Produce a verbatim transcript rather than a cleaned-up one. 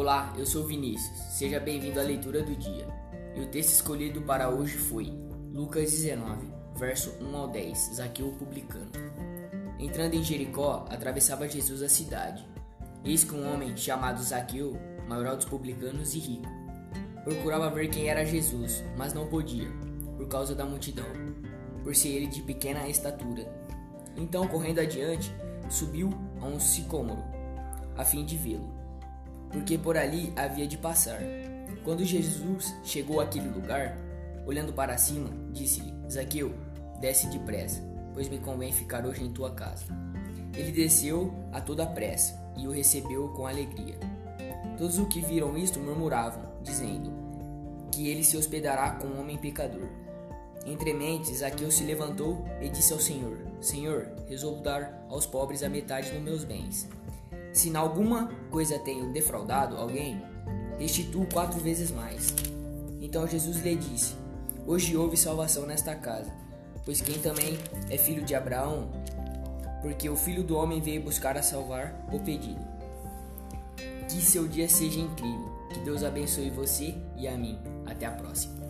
Olá, eu sou Vinícius, seja bem-vindo à leitura do dia. E o texto escolhido para hoje foi Lucas dezenove, verso um ao dez, Zaqueu o publicano. Entrando em Jericó, atravessava Jesus a cidade. Eis que um homem chamado Zaqueu, maior dos publicanos e rico, procurava ver quem era Jesus, mas não podia, por causa da multidão, por ser ele de pequena estatura. Então, correndo adiante, subiu a um sicômoro, a fim de vê-lo, porque por ali havia de passar. Quando Jesus chegou àquele lugar, olhando para cima, disse-lhe: Zaqueu, desce depressa, pois me convém ficar hoje em tua casa. Ele desceu a toda pressa e o recebeu com alegria. Todos os que viram isto murmuravam, dizendo que ele se hospedará com um homem pecador. Entre mentes, Zaqueu se levantou e disse ao Senhor: Senhor, resolvo dar aos pobres a metade dos meus bens. Se em alguma coisa tenho defraudado alguém, restituo quatro vezes mais. Então Jesus lhe disse: Hoje houve salvação nesta casa, pois quem também é filho de Abraão, porque o Filho do Homem veio buscar a salvar o perdido. Que seu dia seja incrível, que Deus abençoe você e a mim. Até a próxima.